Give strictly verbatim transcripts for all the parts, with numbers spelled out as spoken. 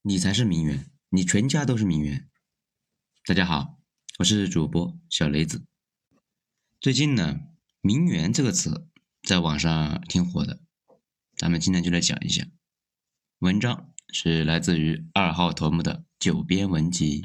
你才是名媛，你全家都是名媛。大家好，我是主播小雷子。最近呢，名媛这个词在网上挺火的，咱们今天就来讲一下。文章是来自于二号头目的九编文集。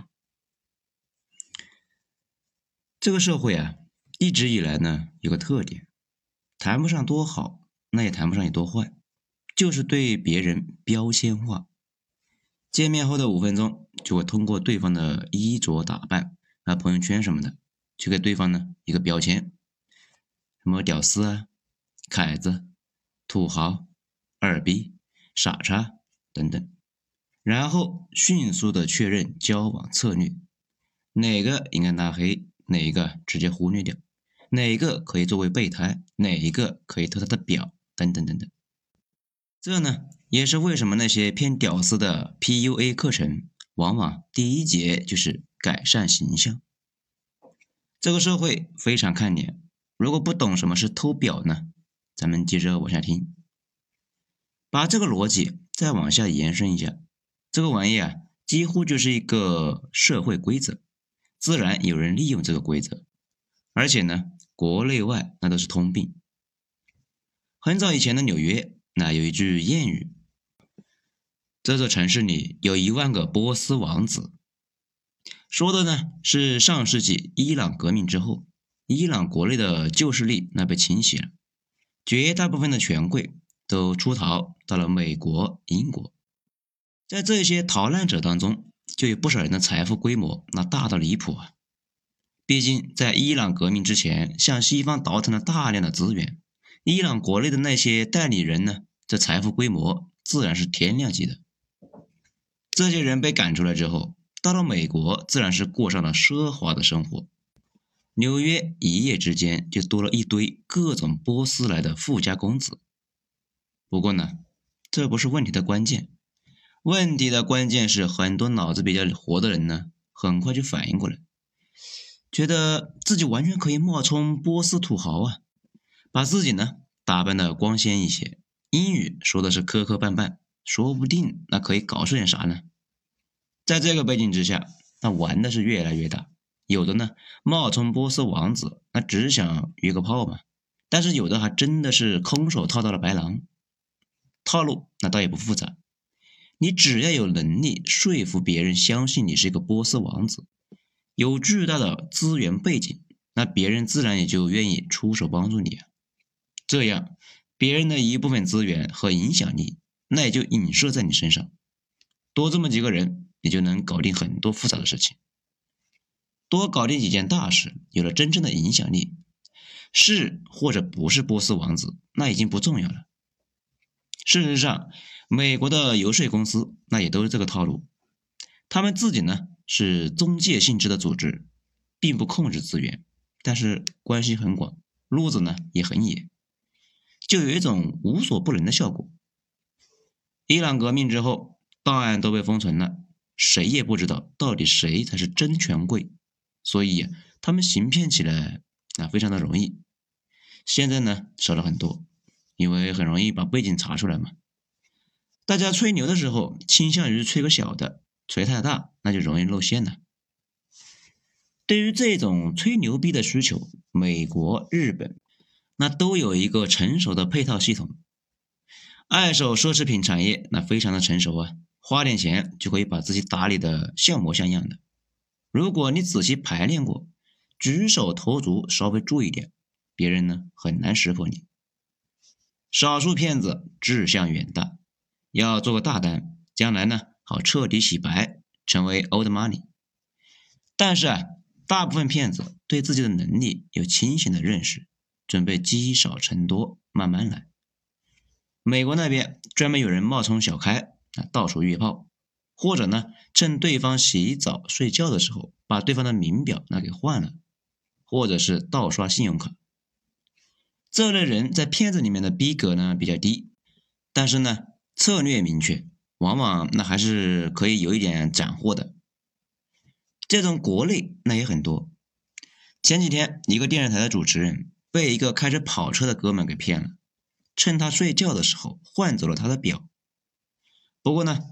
这个社会啊，一直以来呢有个特点，谈不上多好，那也谈不上有多坏，就是对别人标签化。见面后的五分钟，就会通过对方的衣着打扮啊、朋友圈什么的，去给对方呢一个标签，什么屌丝啊、凯子、土豪、二逼、傻叉等等，然后迅速的确认交往策略，哪个应该拉黑，哪一个直接忽略掉，哪个可以作为备胎，哪一个可以偷他的表，等等等等。这呢，也是为什么那些偏屌丝的 P U A 课程，往往第一节就是改善形象。这个社会非常看脸，如果不懂什么是偷表呢，咱们接着往下听。把这个逻辑再往下延伸一下，这个玩意啊，几乎就是一个社会规则，自然有人利用这个规则，而且呢，国内外那都是通病。很早以前的纽约，那有一句谚语，这座城市里有一万个波斯王子，说的呢是上世纪伊朗革命之后，伊朗国内的旧势力那被清洗了，绝大部分的权贵都出逃到了美国、英国，在这些逃难者当中，就有不少人的财富规模那大到离谱啊！毕竟在伊朗革命之前，向西方倒腾了大量的资源，伊朗国内的那些代理人呢，这财富规模自然是天量级的。这些人被赶出来之后，到了美国自然是过上了奢华的生活。纽约一夜之间就多了一堆各种波斯来的富家公子。不过呢，这不是问题的关键，问题的关键是很多脑子比较活的人呢，很快就反应过来，觉得自己完全可以冒充波斯土豪啊，把自己呢打扮得光鲜一些，英语说的是磕磕绊绊，说不定那可以搞出点啥呢。在这个背景之下，那玩的是越来越大，有的呢冒充波斯王子，那只想约个炮嘛，但是有的还真的是空手套到了白狼。套路那倒也不复杂，你只要有能力说服别人相信你是一个波斯王子，有巨大的资源背景，那别人自然也就愿意出手帮助你啊。这样别人的一部分资源和影响力，那也就影射在你身上，多这么几个人，你就能搞定很多复杂的事情，多搞定几件大事，有了真正的影响力，是或者不是波斯王子，那已经不重要了。事实上，美国的游说公司那也都是这个套路，他们自己呢是中介性质的组织，并不控制资源，但是关系很广，路子呢也很野，就有一种无所不能的效果。伊朗革命之后，档案都被封存了，谁也不知道到底谁才是真权贵，所以他们行骗起来啊非常的容易。现在呢少了很多，因为很容易把背景查出来嘛。大家吹牛的时候倾向于吹个小的，吹太大那就容易露馅了。对于这种吹牛逼的需求，美国、日本那都有一个成熟的配套系统。二手奢侈品产业那非常的成熟啊，花点钱就可以把自己打理的像模像样的。如果你仔细排练过，举手投足稍微注意点，别人呢很难识破你。少数骗子志向远大，要做个大单，将来呢好彻底洗白，成为 old money。 但是啊，大部分骗子对自己的能力有清醒的认识，准备积少成多，慢慢来。美国那边专门有人冒充小开啊，到处约炮，或者呢趁对方洗澡睡觉的时候把对方的名表那给换了，或者是盗刷信用卡。这类人在骗子里面的逼格呢比较低，但是呢策略明确，往往那还是可以有一点斩获的。这种国内那也很多。前几天一个电视台的主持人被一个开着跑车的哥们给骗了，趁他睡觉的时候换走了他的表。不过呢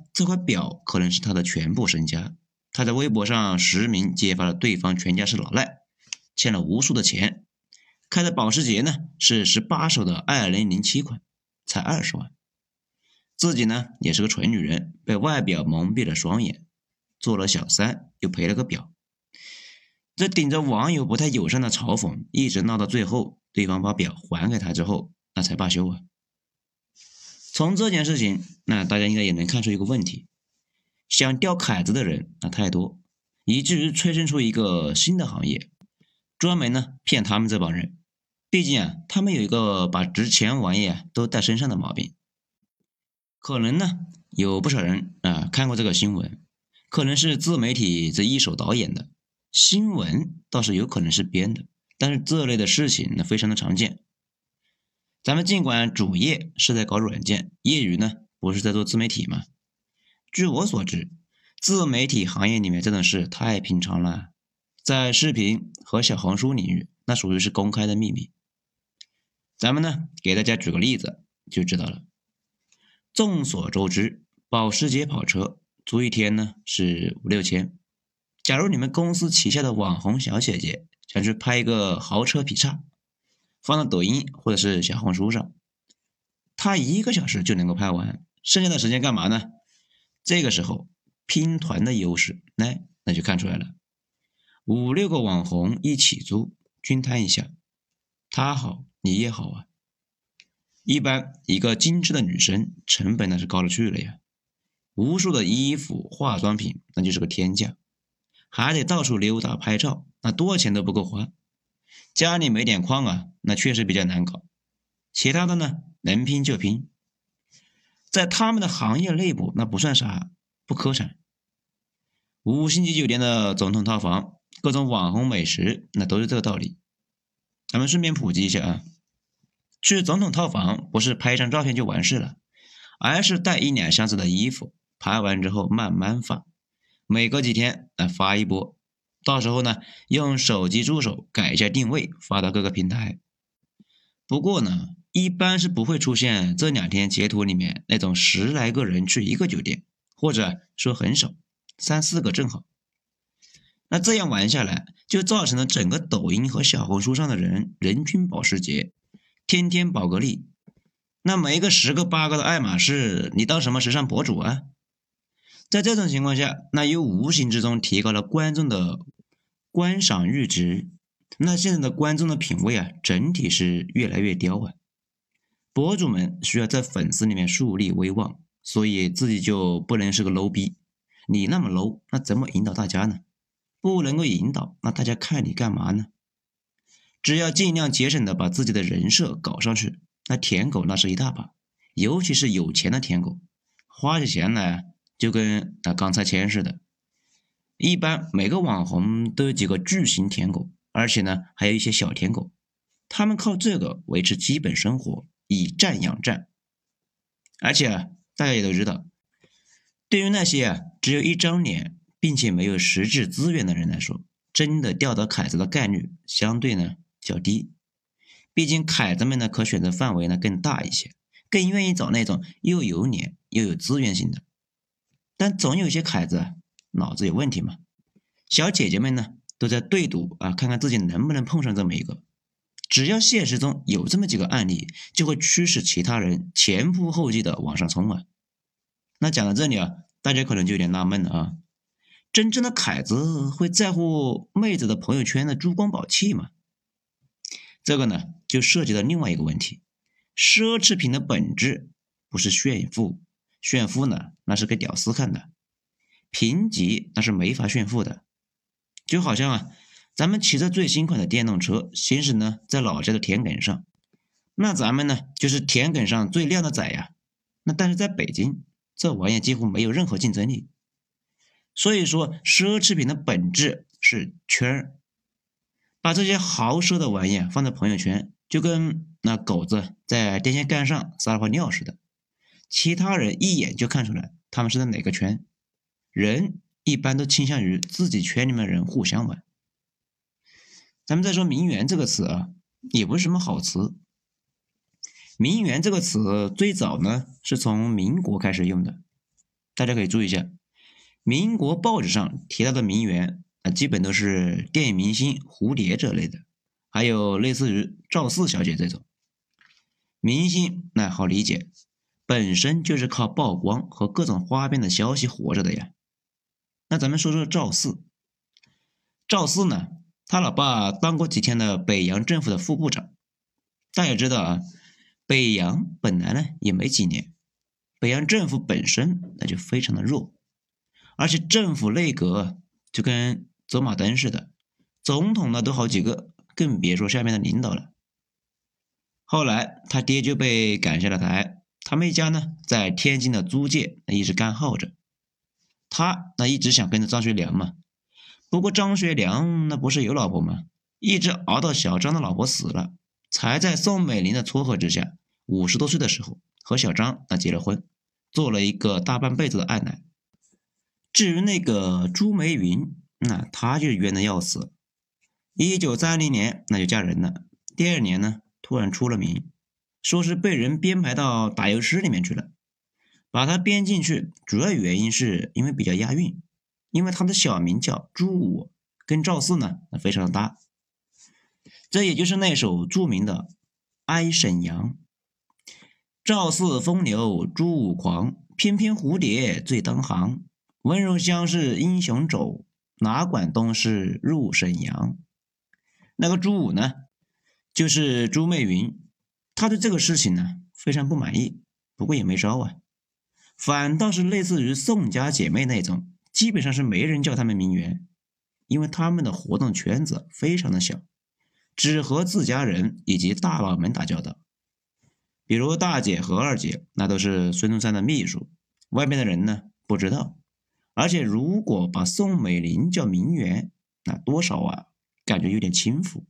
这块表可能是他的全部身家。他在微博上实名揭发了对方全家是老赖，欠了无数的钱。开的保时捷呢是十八手的二零零七款，才二十万。自己呢也是个蠢女人，被外表蒙蔽了双眼，做了小三又赔了个表。这顶着网友不太友善的嘲讽，一直闹到最后，对方把表还给他之后，那才罢休啊。从这件事情，那大家应该也能看出一个问题：想钓凯子的人那太多，以至于催生出一个新的行业，专门呢骗他们这帮人。毕竟啊，他们有一个把值钱玩意啊都带身上的毛病。可能呢有不少人啊看过这个新闻，可能是自媒体这一手导演的。新闻倒是有可能是编的，但是这类的事情呢非常的常见。咱们尽管主业是在搞软件，业余呢不是在做自媒体嘛。据我所知，自媒体行业里面这种事太平常了，在视频和小红书领域那属于是公开的秘密。咱们呢给大家举个例子就知道了。众所周知，保时捷跑车租一天呢是五六千。假如你们公司旗下的网红小姐姐想去拍一个豪车劈叉，放到抖音或者是小红书上，她一个小时就能够拍完，剩下的时间干嘛呢？这个时候拼团的优势，那那就看出来了。五六个网红一起租，均摊一下，她好你也好啊。一般一个精致的女生成本那是高了去了呀，无数的衣服化妆品那就是个天价，还得到处溜达拍照，那多少钱都不够花。家里没点矿啊，那确实比较难搞。其他的呢，能拼就拼。在他们的行业内部，那不算啥，不科产。五星级酒店的总统套房，各种网红美食，那都是这个道理。咱们顺便普及一下啊，去总统套房不是拍一张照片就完事了，而是带一两箱子的衣服，拍完之后慢慢发。每隔几天来发一波，到时候呢用手机助手改一下定位，发到各个平台。不过呢一般是不会出现这两天截图里面那种十来个人去一个酒店，或者说很少，三四个正好。那这样玩下来，就造成了整个抖音和小红书上的人人均保时捷，天天宝格丽，那没个十个八个的爱马仕，你当什么时尚博主啊？在这种情况下，那又无形之中提高了观众的观赏阈值。那现在的观众的品味啊，整体是越来越刁啊。博主们需要在粉丝里面树立威望，所以自己就不能是个 low 逼。你那么 low， 那怎么引导大家呢？不能够引导，那大家看你干嘛呢？只要尽量节省的把自己的人设搞上去，那舔狗那是一大把，尤其是有钱的舔狗，花起钱来就跟那刚才钱似的。一般每个网红都有几个巨型舔狗，而且呢还有一些小舔狗，他们靠这个维持基本生活，以战养战。而且啊，大家也都知道，对于那些啊只有一张脸并且没有实质资源的人来说，真的钓到凯子的概率相对呢较低。毕竟凯子们呢可选择范围呢更大一些，更愿意找那种又有脸又有资源型的。但总有些凯子脑子有问题嘛，小姐姐们呢都在对赌啊，看看自己能不能碰上这么一个。只要现实中有这么几个案例，就会驱使其他人前仆后继的往上冲啊。那讲到这里啊，大家可能就有点纳闷了啊，真正的凯子会在乎妹子的朋友圈的珠光宝气吗？这个呢就涉及到另外一个问题，奢侈品的本质不是炫富，炫富呢那是给屌丝看的，贫瘠那是没法炫富的。就好像啊，咱们骑着最新款的电动车行驶呢在老家的田埂上，那咱们呢就是田埂上最靓的仔呀。那但是在北京，这玩意几乎没有任何竞争力。所以说奢侈品的本质是圈儿，把这些豪奢的玩意放在朋友圈，就跟那狗子在电线杆上撒了泡尿似的，其他人一眼就看出来他们是在哪个圈。人一般都倾向于自己圈里面的人互相玩。咱们再说名媛这个词啊，也不是什么好词。名媛这个词最早呢是从民国开始用的， 大家可以注意一下，民国报纸上提到的名媛啊，基本都是电影明星蝴蝶这类的，还有类似于赵四小姐这种。明星那好理解，本身就是靠曝光和各种花边的消息活着的呀。那咱们说说赵四。赵四呢，他老爸当过几天的北洋政府的副部长。大家知道啊，北洋本来呢也没几年，北洋政府本身那就非常的弱，而且政府内阁就跟走马灯似的，总统呢都好几个，更别说下面的领导了。后来他爹就被赶下了台，他们一家呢在天津的租界一直干耗着。他那一直想跟着张学良嘛，不过张学良那不是有老婆吗？一直熬到小张的老婆死了，才在宋美龄的撮合之下，五十多岁的时候和小张那结了婚，做了一个大半辈子的爱奶。至于那个朱梅云，那她就冤得要死。一九三零年那就嫁人了，第二年呢突然出了名，说是被人编排到打油诗里面去了。把她编进去主要原因是因为比较押韵，因为她的小名叫朱武，跟赵四呢那非常的搭。这也就是那首著名的《哀沈阳》。赵四风流朱武狂，翩翩蝴蝶最当行。温柔乡是英雄冢，哪管东市入沈阳。那个朱武呢，就是朱媚云，他对这个事情呢非常不满意，不过也没招啊。反倒是类似于宋家姐妹那种，基本上是没人叫他们名媛，因为他们的活动圈子非常的小，只和自家人以及大佬们打交道。比如大姐和二姐那都是孙中山的秘书，外面的人呢不知道。而且如果把宋美龄叫名媛，那多少啊感觉有点轻浮。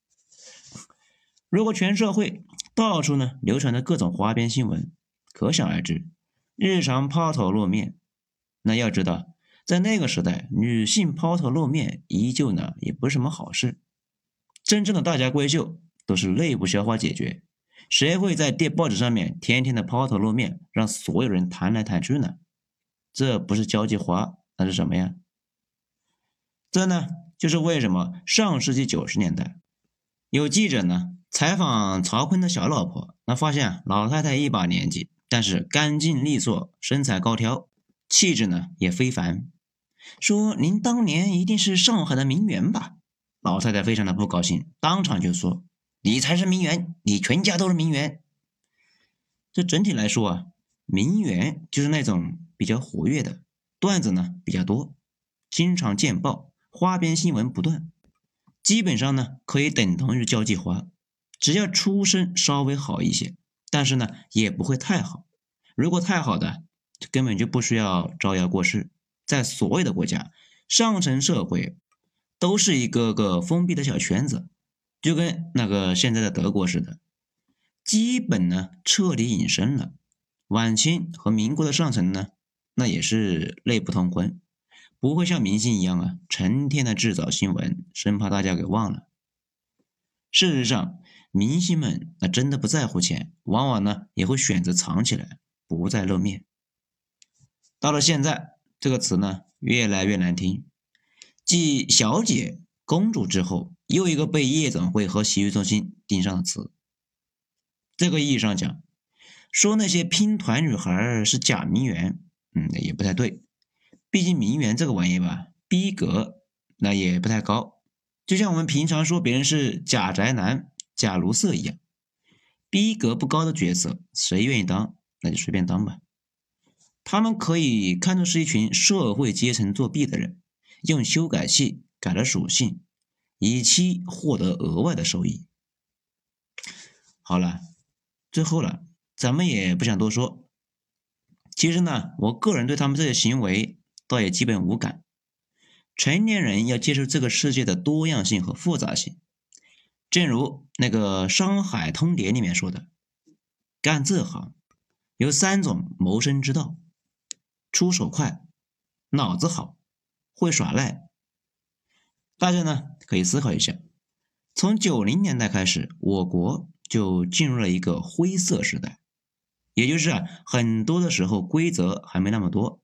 如果全社会到处呢流传着各种花边新闻，可想而知日常抛头露面。那要知道在那个时代，女性抛头露面依旧呢也不是什么好事。真正的大家闺秀都是内部消化解决，谁会在电报纸上面天天的抛头露面，让所有人谈来谈去呢？这不是交际花，那是什么呀？这呢就是为什么上世纪九十年代有记者呢采访曹锟的小老婆，那发现老太太一把年纪，但是干净利索，身材高挑，气质呢也非凡，说您当年一定是上海的名媛吧？老太太非常的不高兴，当场就说你才是名媛，你全家都是名媛。这整体来说啊，名媛就是那种比较活跃的，段子呢比较多，经常见报，花边新闻不断，基本上呢可以等同于交际花，只要出身稍微好一些，但是呢也不会太好，如果太好的根本就不需要招摇过市。在所有的国家，上层社会都是一个个封闭的小圈子，就跟那个现在的德国似的，基本呢彻底隐身了。晚清和民国的上层呢，那也是内部通婚，不会像明星一样啊，成天的制造新闻，生怕大家给忘了。事实上，明星们那真的不在乎钱，往往呢也会选择藏起来，不再露面。到了现在，这个词呢越来越难听，继小姐、公主之后，又一个被夜总会和洗浴中心盯上的词。这个意义上讲，说那些拼团女孩是假名媛，嗯，也不太对。毕竟名媛这个玩意吧，逼格那也不太高，就像我们平常说别人是假宅男、假卢瑟一样，逼格不高的角色，谁愿意当，那就随便当吧。他们可以看作是一群社会阶层作弊的人，用修改器改了属性，以期获得额外的收益。好了，最后了，咱们也不想多说。其实呢，我个人对他们这些行为倒也基本无感。成年人要接受这个世界的多样性和复杂性，正如那个《山海通牒》里面说的，干这行有三种谋生之道：出手快，脑子好，会耍赖。大家呢可以思考一下，从九零年代开始，我国就进入了一个灰色时代，也就是啊，很多的时候规则还没那么多，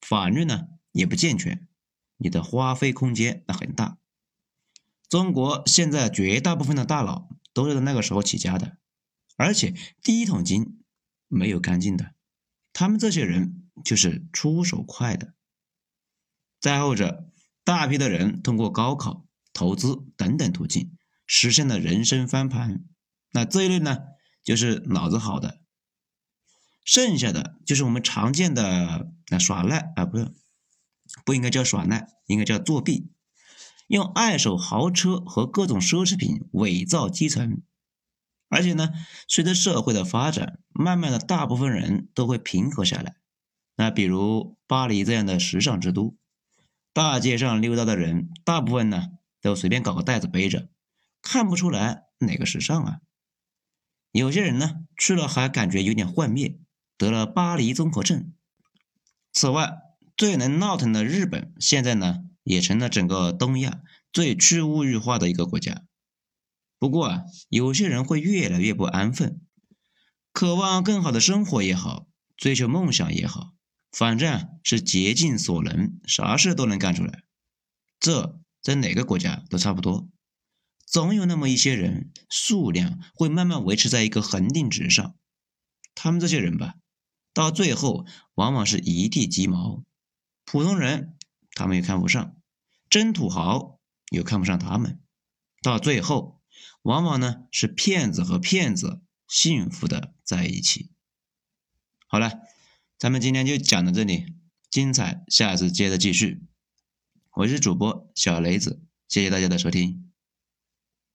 法律呢也不健全，你的花费空间那很大。中国现在绝大部分的大佬都是在那个时候起家的，而且第一桶金没有干净的，他们这些人就是出手快的。再后者，大批的人通过高考、投资等等途径实现了人生翻盘，那这一类呢就是脑子好的。剩下的就是我们常见的那耍赖啊，不是，不应该叫耍赖，应该叫作弊，用二手豪车和各种奢侈品伪造基层。而且呢，随着社会的发展，慢慢的大部分人都会平和下来。那比如巴黎这样的时尚之都，大街上溜达的人大部分呢都随便搞个袋子背着，看不出来哪个时尚啊。有些人呢去了还感觉有点幻灭，得了巴黎综合症。此外，最能闹腾的日本现在呢也成了整个东亚最去物欲化的一个国家。不过啊，有些人会越来越不安分，渴望更好的生活也好，追求梦想也好，反正是竭尽所能，啥事都能干出来。这在哪个国家都差不多，总有那么一些人，数量会慢慢维持在一个恒定值上。他们这些人吧，到最后往往是一地鸡毛，普通人他们也看不上，真土豪又看不上他们，到最后往往呢是骗子和骗子幸福的在一起。好了，咱们今天就讲到这里，精彩下次接着继续。我是主播小雷子，谢谢大家的收听。